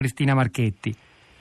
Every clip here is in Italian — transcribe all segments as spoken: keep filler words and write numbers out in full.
Cristina Marchetti.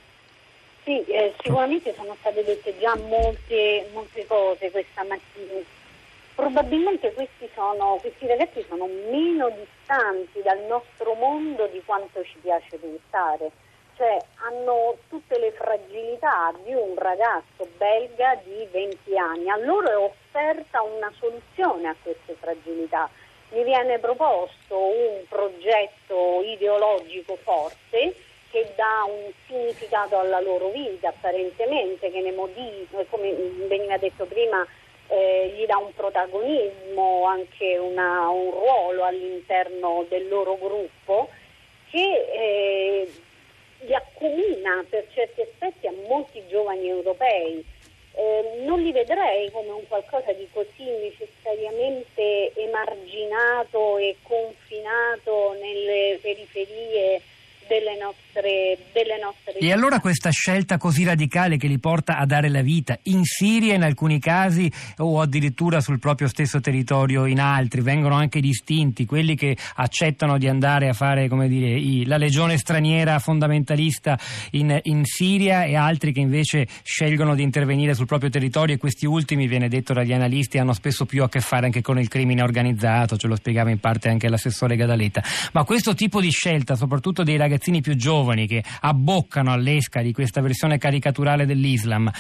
Sì, eh, sicuramente sono state dette già molte, molte cose questa mattina. Probabilmente questi, sono, questi ragazzi sono meno distanti dal nostro mondo di quanto ci piace pensare. Cioè hanno tutte le fragilità di un ragazzo belga di venti anni. A loro è offerta una soluzione a queste fragilità. Gli viene proposto un progetto ideologico forte che dà un significato alla loro vita, apparentemente, che ne modifica, come veniva detto prima, eh, gli dà un protagonismo, anche una, un ruolo all'interno del loro gruppo, che eh, li accomuna per certi aspetti a molti giovani europei. Eh, non li vedrei come un qualcosa di così necessariamente emarginato e confinato nelle periferie delle nostre, delle nostre E allora questa scelta così radicale che li porta a dare la vita in Siria in alcuni casi o addirittura sul proprio stesso territorio in altri, vengono anche distinti quelli che accettano di andare a fare, come dire, i, la legione straniera fondamentalista in, in Siria, e altri che invece scelgono di intervenire sul proprio territorio, e questi ultimi, viene detto dagli analisti, hanno spesso più a che fare anche con il crimine organizzato, ce lo spiegava in parte anche l'assessore Gadaleta. Ma questo tipo di scelta, soprattutto dei ragazzini più giovani che abboccano all'esca di questa versione caricaturale dell'Islam,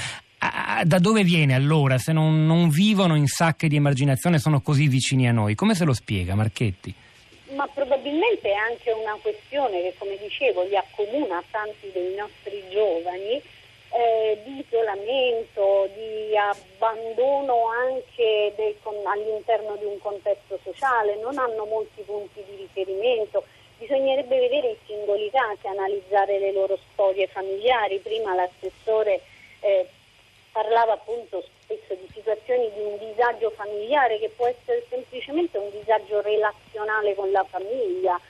da dove viene allora, se non, non vivono in sacche di emarginazione, sono così vicini a noi? Come se lo spiega Marchetti? Ma probabilmente è anche una questione che, come dicevo, li accomuna a tanti dei nostri giovani, eh, di isolamento, di abbandono anche del, con, all'interno di un contesto sociale, non hanno molti punti di riferimento. Bisognerebbe vedere i singoli casi, analizzare le loro storie familiari. Prima l'assessore eh, parlava appunto spesso di situazioni di un disagio familiare che può essere semplicemente un disagio relazionale con la famiglia.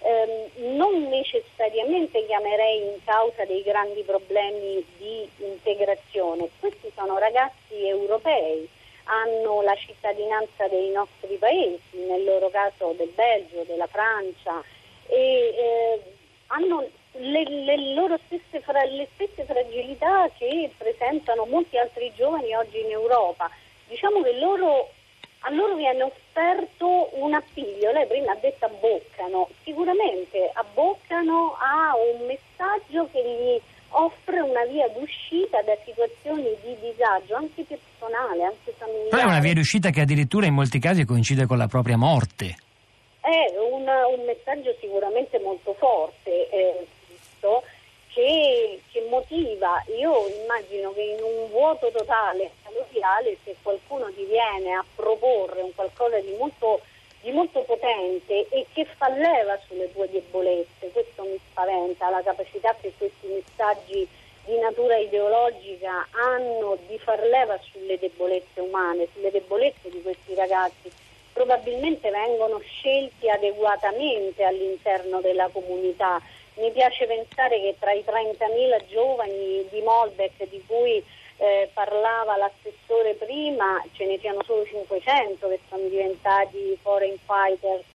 Eh, non necessariamente chiamerei in causa dei grandi problemi di integrazione. Questi sono ragazzi europei, hanno la cittadinanza dei nostri paesi, nel loro caso del Belgio, della Francia, e eh, hanno le, le loro stesse, fra, le stesse fragilità che presentano molti altri giovani oggi in Europa. Diciamo che loro, a loro viene offerto un appiglio. Lei prima ha detto abboccano, sicuramente abboccano a un messaggio che gli offre una via d'uscita da situazioni di disagio anche personale, anche familiare. Però è una via d'uscita che addirittura in molti casi coincide con la propria morte. È un, un messaggio sicuramente molto forte, eh, che, che motiva. Io immagino che in un vuoto totale valoriale, se qualcuno ti viene a proporre un qualcosa di molto, di molto potente e che fa leva sulle tue debolezze, questo mi spaventa, la capacità che questi messaggi di natura ideologica hanno di far leva sulle debolezze umane, sulle debolezze di questi ragazzi. Probabilmente vengono scelti adeguatamente all'interno della comunità. Mi piace pensare che tra i trentamila giovani di Moldec di cui eh, parlava l'assessore prima, ce ne siano solo cinquecento che sono diventati foreign fighters